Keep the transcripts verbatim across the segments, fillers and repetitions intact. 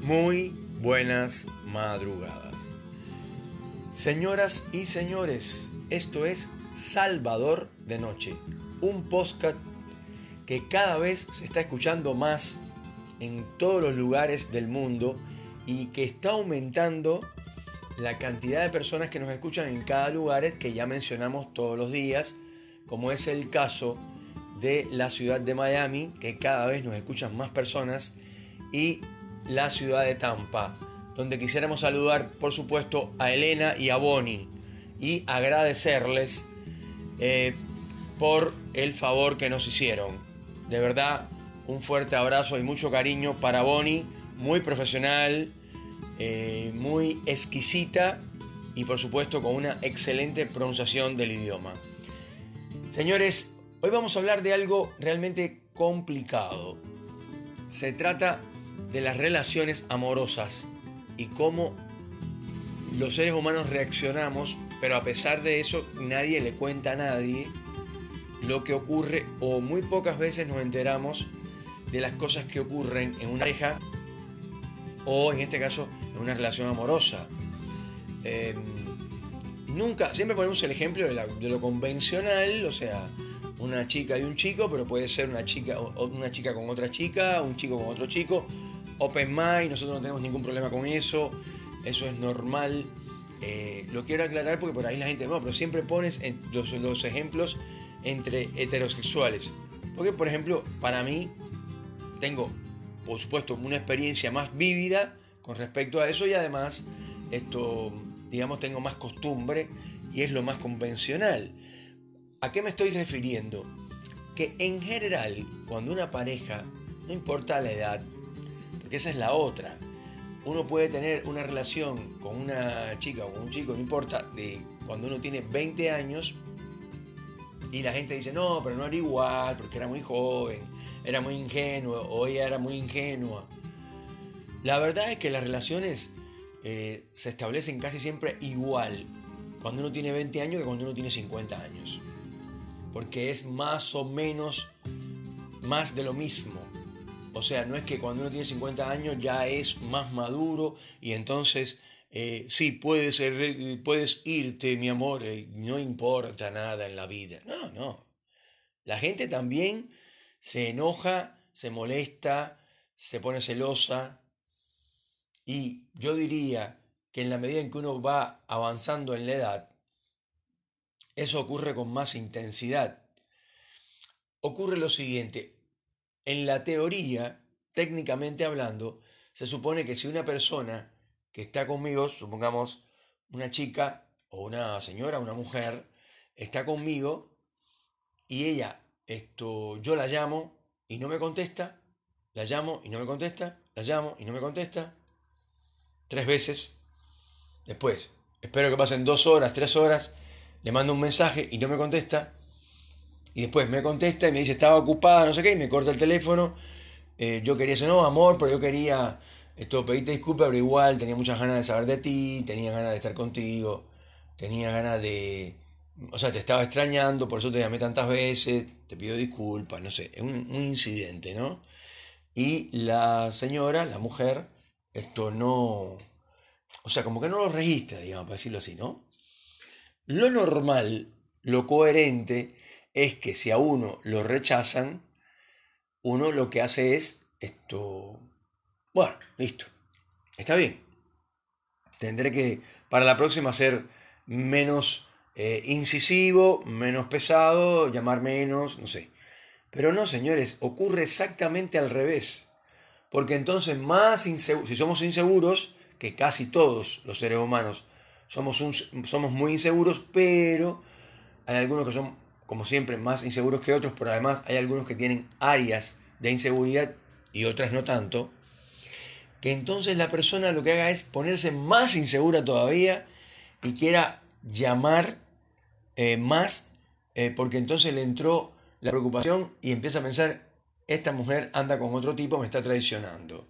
Muy buenas madrugadas. Señoras y señores, esto es Salvador de Noche, un podcast que cada vez se está escuchando más en todos los lugares del mundo y que está aumentando la cantidad de personas que nos escuchan en cada lugar que ya mencionamos todos los días, como es el caso de la ciudad de Miami, que cada vez nos escuchan más personas, y la ciudad de Tampa, donde quisiéramos saludar, por supuesto, a Elena y a Bonnie y agradecerles eh, por el favor que nos hicieron. De verdad, un fuerte abrazo y mucho cariño para Bonnie, muy profesional, eh, muy exquisita y por supuesto con una excelente pronunciación del idioma. Señores, hoy vamos a hablar de algo realmente complicado. Se trata de las relaciones amorosas y cómo los seres humanos reaccionamos, pero a pesar de eso nadie le cuenta a nadie lo que ocurre, o muy pocas veces nos enteramos de las cosas que ocurren en una pareja o en este caso en una relación amorosa. Eh, nunca, siempre ponemos el ejemplo de, la, de lo convencional, o sea, una chica y un chico, pero puede ser una chica, una chica con otra chica, un chico con otro chico, open mind, nosotros no tenemos ningún problema con eso, eso es normal. Eh, lo quiero aclarar porque por ahí la gente no, pero siempre pones en los, los ejemplos entre heterosexuales. Porque, por ejemplo, para mí, tengo, por supuesto, una experiencia más vívida con respecto a eso y además, esto, digamos, tengo más costumbre y es lo más convencional. ¿A qué me estoy refiriendo? Que en general, cuando una pareja, no importa la edad, porque esa es la otra, uno puede tener una relación con una chica o con un chico, no importa, de cuando uno tiene veinte años y la gente dice, no, pero no era igual, porque era muy joven, era muy ingenuo, o ella era muy ingenua. La verdad es que las relaciones eh, se establecen casi siempre igual cuando uno tiene veinte años que cuando uno tiene cincuenta años. Porque es más o menos más de lo mismo. O sea, no es que cuando uno tiene cincuenta años ya es más maduro y entonces, eh, sí, puedes, ser, puedes irte, mi amor, eh, no importa nada en la vida. No, no. La gente también se enoja, se molesta, se pone celosa. Y yo diría que en la medida en que uno va avanzando en la edad, eso ocurre con más intensidad. Ocurre lo siguiente. En la teoría, técnicamente hablando, se supone que si una persona que está conmigo, supongamos una chica o una señora, una mujer, está conmigo y ella, esto, yo la llamo y no me contesta, la llamo y no me contesta, la llamo y no me contesta, tres veces. Después, espero que pasen dos horas, tres horas, le mando un mensaje y no me contesta. Y después me contesta y me dice, estaba ocupada, no sé qué, y me corta el teléfono. Eh, yo quería eso, no, amor, pero yo quería esto, pedirte disculpas, pero igual tenía muchas ganas de saber de ti, tenía ganas de estar contigo, tenía ganas de... O sea, te estaba extrañando, por eso te llamé tantas veces, te pido disculpas, no sé, es un, un incidente, ¿no? Y la señora, la mujer, esto no... O sea, como que no lo registra, digamos, para decirlo así, ¿no? Lo normal, lo coherente, es que si a uno lo rechazan, uno lo que hace es esto, bueno, listo, está bien. Tendré que para la próxima ser menos eh, incisivo, menos pesado, llamar menos, no sé. Pero no, señores, ocurre exactamente al revés. Porque entonces más inseguros, si somos inseguros, que casi todos los seres humanos somos, un, somos muy inseguros, pero hay algunos que son, como siempre, más inseguros que otros, pero además hay algunos que tienen áreas de inseguridad y otras no tanto, que entonces la persona lo que haga es ponerse más insegura todavía y quiera llamar eh, más, eh, porque entonces le entró la preocupación y empieza a pensar, esta mujer anda con otro tipo, me está traicionando.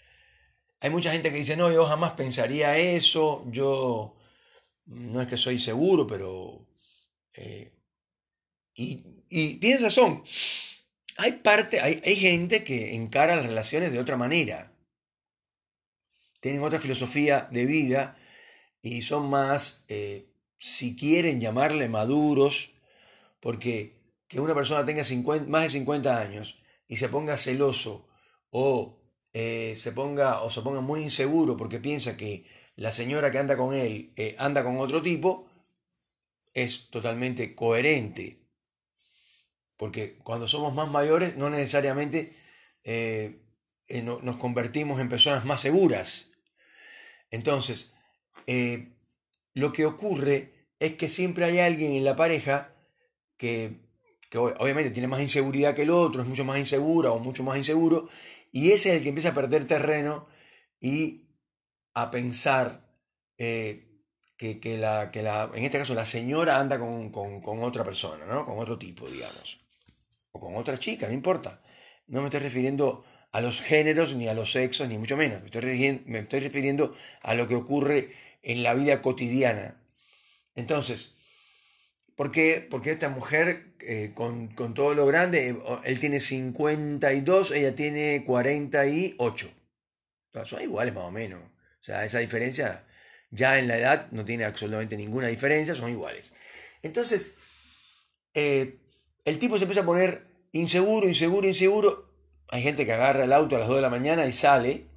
Hay mucha gente que dice, no, yo jamás pensaría eso, yo no es que soy seguro, pero... Eh, y, y tienes razón, hay parte, hay, hay gente que encara las relaciones de otra manera. tienen otra filosofía de vida y son más, eh, si quieren llamarle maduros, porque que una persona tenga cincuenta, más de cincuenta años y se ponga celoso o, eh, se ponga, o se ponga muy inseguro porque piensa que la señora que anda con él eh, anda con otro tipo, es totalmente coherente. Porque cuando somos más mayores no necesariamente eh, eh, no, nos convertimos en personas más seguras. Entonces, eh, lo que ocurre es que siempre hay alguien en la pareja que, que obviamente tiene más inseguridad que el otro, es mucho más insegura o mucho más inseguro, y ese es el que empieza a perder terreno y a pensar eh, que, que, la, que la, en este caso la señora anda con, con, con otra persona, ¿no? Con otro tipo, digamos. O con otra chica, no importa. No me estoy refiriendo a los géneros, ni a los sexos, ni mucho menos. Me estoy refiriendo, me estoy refiriendo a lo que ocurre en la vida cotidiana. Entonces, ¿por qué? Porque esta mujer, eh, con, con todo lo grande, eh, él tiene cincuenta y dos, ella tiene cuarenta y ocho. Entonces, son iguales más o menos. O sea, esa diferencia ya en la edad no tiene absolutamente ninguna diferencia, son iguales. Entonces, eh, el tipo se empieza a poner inseguro, inseguro, inseguro. Hay gente que agarra el auto a las dos de la mañana y sale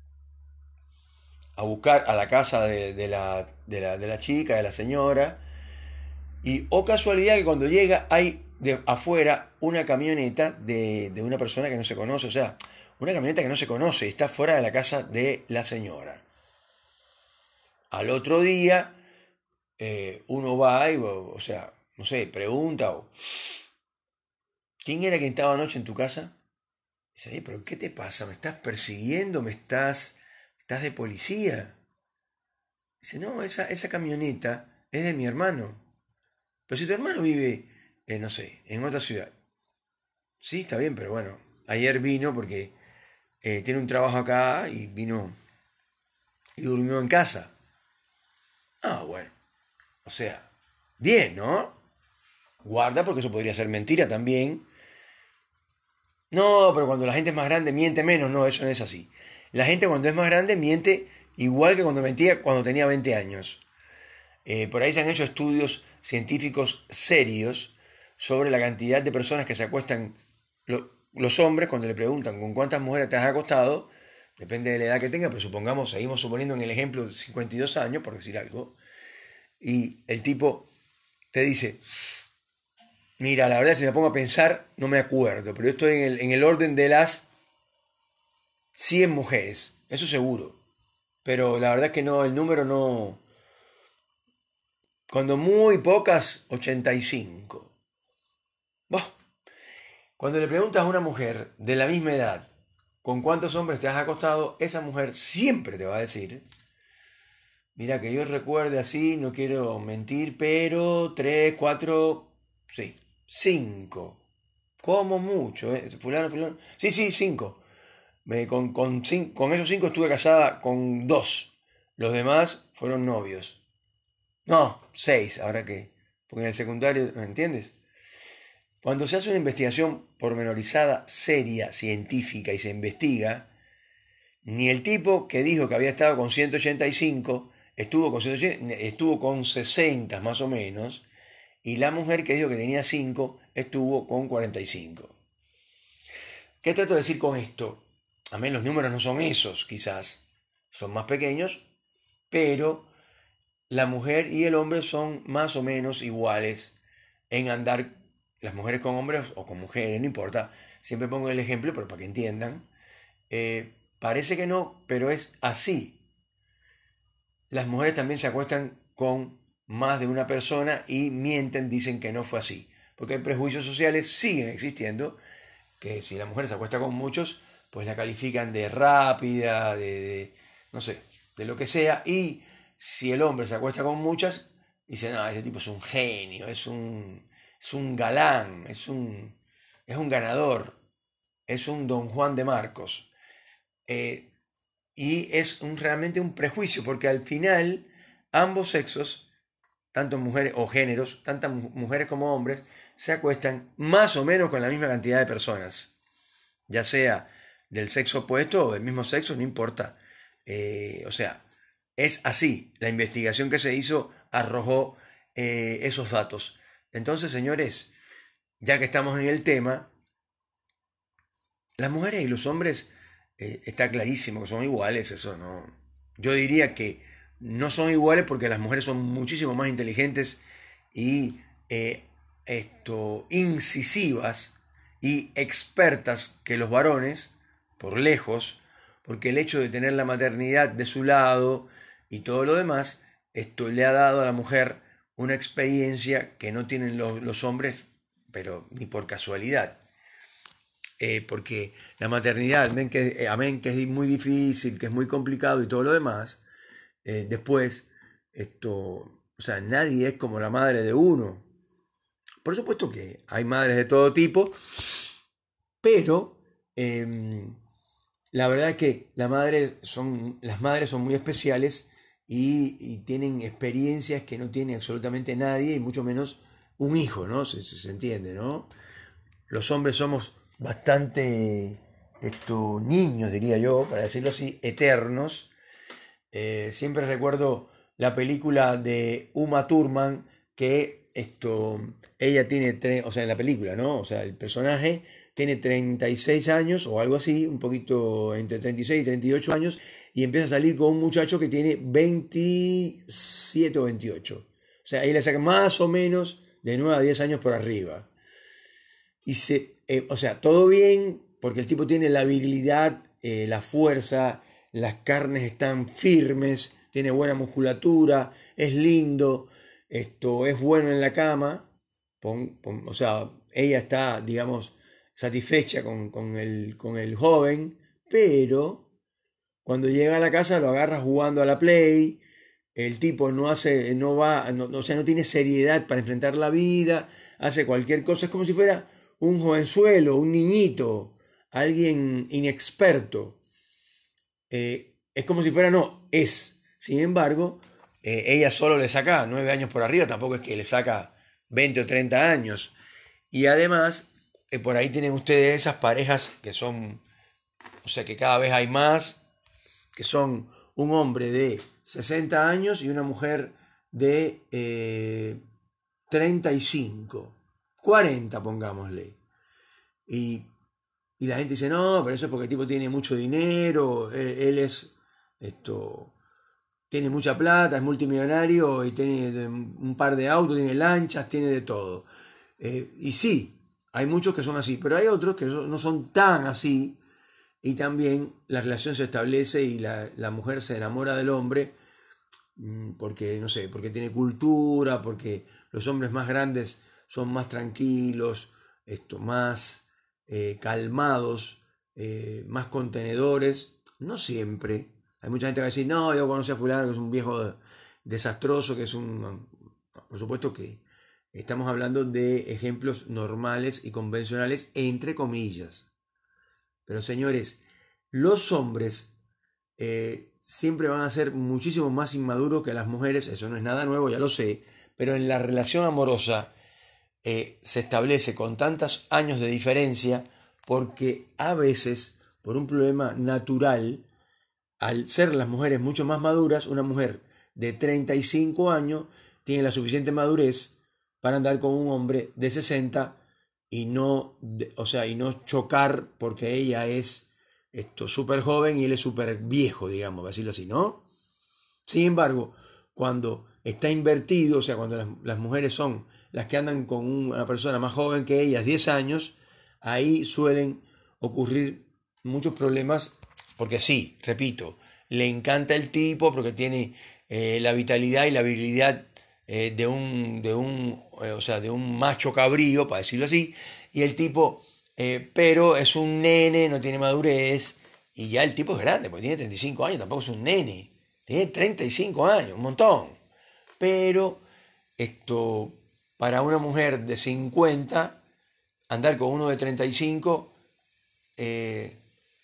a buscar a la casa de, de, la, de, la, de la chica, de la señora. Y, oh casualidad, que cuando llega hay de afuera una camioneta de, de una persona que no se conoce. O sea, una camioneta que no se conoce, está fuera de la casa de la señora. Al otro día, eh, uno va y, o, o sea, no sé, pregunta, o, ¿quién era quien estaba anoche en tu casa? Dice, "Oye, pero ¿qué te pasa? ¿Me estás persiguiendo? ¿Me estás, estás de policía?" Dice, no, esa, esa camioneta es de mi hermano. Pero si tu hermano vive, eh, no sé, en otra ciudad. Sí, está bien, pero bueno, ayer vino porque eh, tiene un trabajo acá y vino y durmió en casa. Ah, bueno, o sea, bien, ¿no? Guarda porque eso podría ser mentira también. No, pero cuando la gente es más grande miente menos. No, eso no es así. La gente cuando es más grande miente igual que cuando mentía cuando tenía veinte años. Eh, por ahí se han hecho estudios científicos serios sobre la cantidad de personas que se acuestan, lo, los hombres, cuando le preguntan con cuántas mujeres te has acostado, depende de la edad que tenga, pero supongamos, seguimos suponiendo en el ejemplo de cincuenta y dos años, por decir algo, y el tipo te dice, mira, la verdad si me pongo a pensar, no me acuerdo, pero yo estoy en el, en el orden de las cien mujeres, eso seguro, pero la verdad es que no, el número no... Cuando muy pocas, ochenta y cinco. Bah. Cuando le preguntas a una mujer de la misma edad con cuántos hombres te has acostado, esa mujer siempre te va a decir, mira, que yo recuerde así, no quiero mentir, pero tres, cuatro, sí, cinco. Como mucho, ¿eh? Fulano, fulano. Sí, sí, cinco. Me, con, con, cinco, con esos cinco estuve casada con dos. Los demás fueron novios. No, seis, ahora que. Porque en el secundario, ¿me entiendes? Cuando se hace una investigación pormenorizada, seria, científica y se investiga, ni el tipo que dijo que había estado con ciento ochenta y cinco estuvo con, ciento ochenta, estuvo con sesenta más o menos, y la mujer que dijo que tenía cinco estuvo con cuarenta y cinco. ¿Qué trato de decir con esto? A mí los números no son esos, quizás, son más pequeños, pero la mujer y el hombre son más o menos iguales en andar, las mujeres con hombres o con mujeres, no importa, siempre pongo el ejemplo, pero para que entiendan, eh, parece que no, pero es así. Las mujeres también se acuestan con más de una persona y mienten, dicen que no fue así, porque hay prejuicios sociales, siguen existiendo, que si la mujer se acuesta con muchos, pues la califican de rápida, de, de no sé, de lo que sea, y si el hombre se acuesta con muchas, dicen, no, ese tipo es un genio, es un, es un galán, es un, es un ganador, es un Don Juan de Marcos. Eh, y es un, realmente un prejuicio, porque al final ambos sexos, tanto mujeres o géneros, tantas mujeres como hombres, se acuestan más o menos con la misma cantidad de personas, ya sea del sexo opuesto o del mismo sexo, no importa. Eh, o sea, es así. La investigación que se hizo arrojó eh, esos datos. Entonces, señores, ya que estamos en el tema, las mujeres y los hombres eh, está clarísimo que son iguales, eso no. Yo diría que no son iguales porque las mujeres son muchísimo más inteligentes y eh, esto, incisivas y expertas que los varones, por lejos, porque el hecho de tener la maternidad de su lado y todo lo demás, esto le ha dado a la mujer una experiencia que no tienen los, los hombres, pero ni por casualidad. Eh, porque la maternidad, amén que, eh, amén que es muy difícil, que es muy complicado y todo lo demás, eh, después, esto, o sea, nadie es como la madre de uno. Por supuesto que hay madres de todo tipo, pero eh, la verdad es que la madre son, las madres son muy especiales y, y tienen experiencias que no tiene absolutamente nadie, y mucho menos un hijo, ¿no? Se, se, se entiende, ¿no? Los hombres somos bastante esto, niños, diría yo, para decirlo así, eternos. Eh, siempre recuerdo la película de Uma Thurman, que esto, ella tiene, tre- o sea, en la película, ¿no? O sea, el personaje tiene treinta y seis años o algo así, un poquito entre treinta y seis y treinta y ocho años, y empieza a salir con un muchacho que tiene veintisiete o veintiocho. O sea, ahí le saca más o menos de nueve a diez años por arriba. Y se, eh, o sea, todo bien, porque el tipo tiene la virilidad, eh, la fuerza, las carnes están firmes, tiene buena musculatura, es lindo, esto es bueno en la cama, pon, pon, o sea, ella está, digamos, satisfecha con, con, el, con el joven, pero cuando llega a la casa lo agarra jugando a la Play, el tipo no hace, no va, no, o sea, no tiene seriedad para enfrentar la vida, hace cualquier cosa, es como si fuera un jovenzuelo, un niñito, alguien inexperto. Eh, es como si fuera, no, es. Sin embargo, eh, ella solo le saca nueve años por arriba, tampoco es que le saca veinte o treinta años. Y además, eh, por ahí tienen ustedes esas parejas que son, o sea, que cada vez hay más, que son un hombre de sesenta años y una mujer de eh, treinta y cinco, cuarenta, pongámosle. Y, y la gente dice, no, pero eso es porque el tipo tiene mucho dinero, él, él es, esto, tiene mucha plata, es multimillonario y tiene un par de autos, tiene lanchas, tiene de todo. Eh, y sí, hay muchos que son así, pero hay otros que no son tan así, y también la relación se establece y la, la mujer se enamora del hombre porque, no sé, porque tiene cultura, porque los hombres más grandes son más tranquilos, esto, más eh, calmados, eh, más contenedores. No siempre. Hay mucha gente que va a decir, no, yo conocí a fulano que es un viejo desastroso, que es un... Por supuesto que estamos hablando de ejemplos normales y convencionales, entre comillas. Pero señores, los hombres eh, siempre van a ser muchísimo más inmaduros que las mujeres, eso no es nada nuevo, ya lo sé, pero en la relación amorosa eh, se establece con tantos años de diferencia porque a veces, por un problema natural, al ser las mujeres mucho más maduras, una mujer de treinta y cinco años tiene la suficiente madurez para andar con un hombre de sesenta y no, o sea, y no chocar porque ella es esto súper joven y él es súper viejo, digamos, para decirlo así, ¿no? Sin embargo, cuando está invertido, o sea, cuando las, las mujeres son las que andan con una persona más joven que ellas, diez años, ahí suelen ocurrir muchos problemas, porque sí, repito, le encanta el tipo porque tiene eh, la vitalidad y la virilidad eh, de un, de un, eh, o sea, de un macho cabrío, para decirlo así, y el tipo, eh, pero es un nene, no tiene madurez, y ya el tipo es grande, porque tiene treinta y cinco años, tampoco es un nene, tiene treinta y cinco años, un montón, pero esto, para una mujer de cincuenta, andar con uno de treinta y cinco, eh,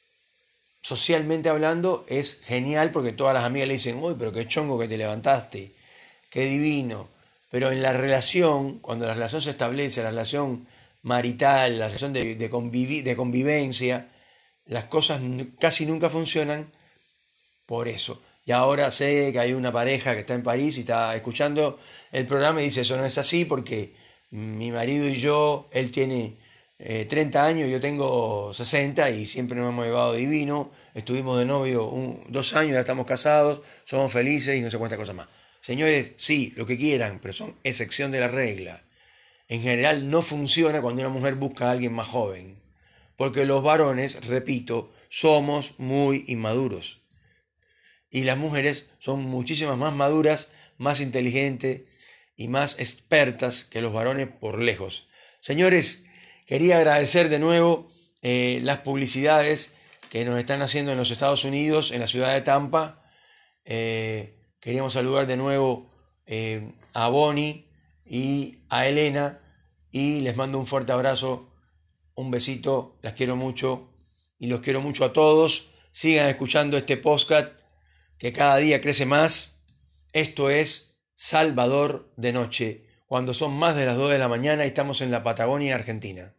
socialmente hablando, es genial porque todas las amigas le dicen, uy, pero qué chongo que te levantaste, qué divino. Pero en la relación, cuando la relación se establece, la relación marital, la relación de, de, convivi de convivencia, las cosas casi nunca funcionan por eso. Y ahora sé que hay una pareja que está en París y está escuchando el programa y dice, eso no es así porque mi marido y yo, él tiene eh, treinta años, yo tengo sesenta y siempre nos hemos llevado divino, estuvimos de novio un, dos años, ya estamos casados, somos felices y no sé cuántas cosas más. Señores, sí, lo que quieran, pero son excepción de la regla. En general no funciona cuando una mujer busca a alguien más joven, porque los varones, repito, somos muy inmaduros. Y las mujeres son muchísimas más maduras, más inteligentes y más expertas que los varones por lejos. Señores, quería agradecer de nuevo eh, las publicidades que nos están haciendo en los Estados Unidos, en la ciudad de Tampa. Eh, queríamos saludar de nuevo eh, a Bonnie y a Elena y les mando un fuerte abrazo, un besito, las quiero mucho y los quiero mucho a todos. Sigan escuchando este podcast que cada día crece más. Esto es Salvador de Noche, cuando son más de las dos de la mañana y estamos en la Patagonia, Argentina.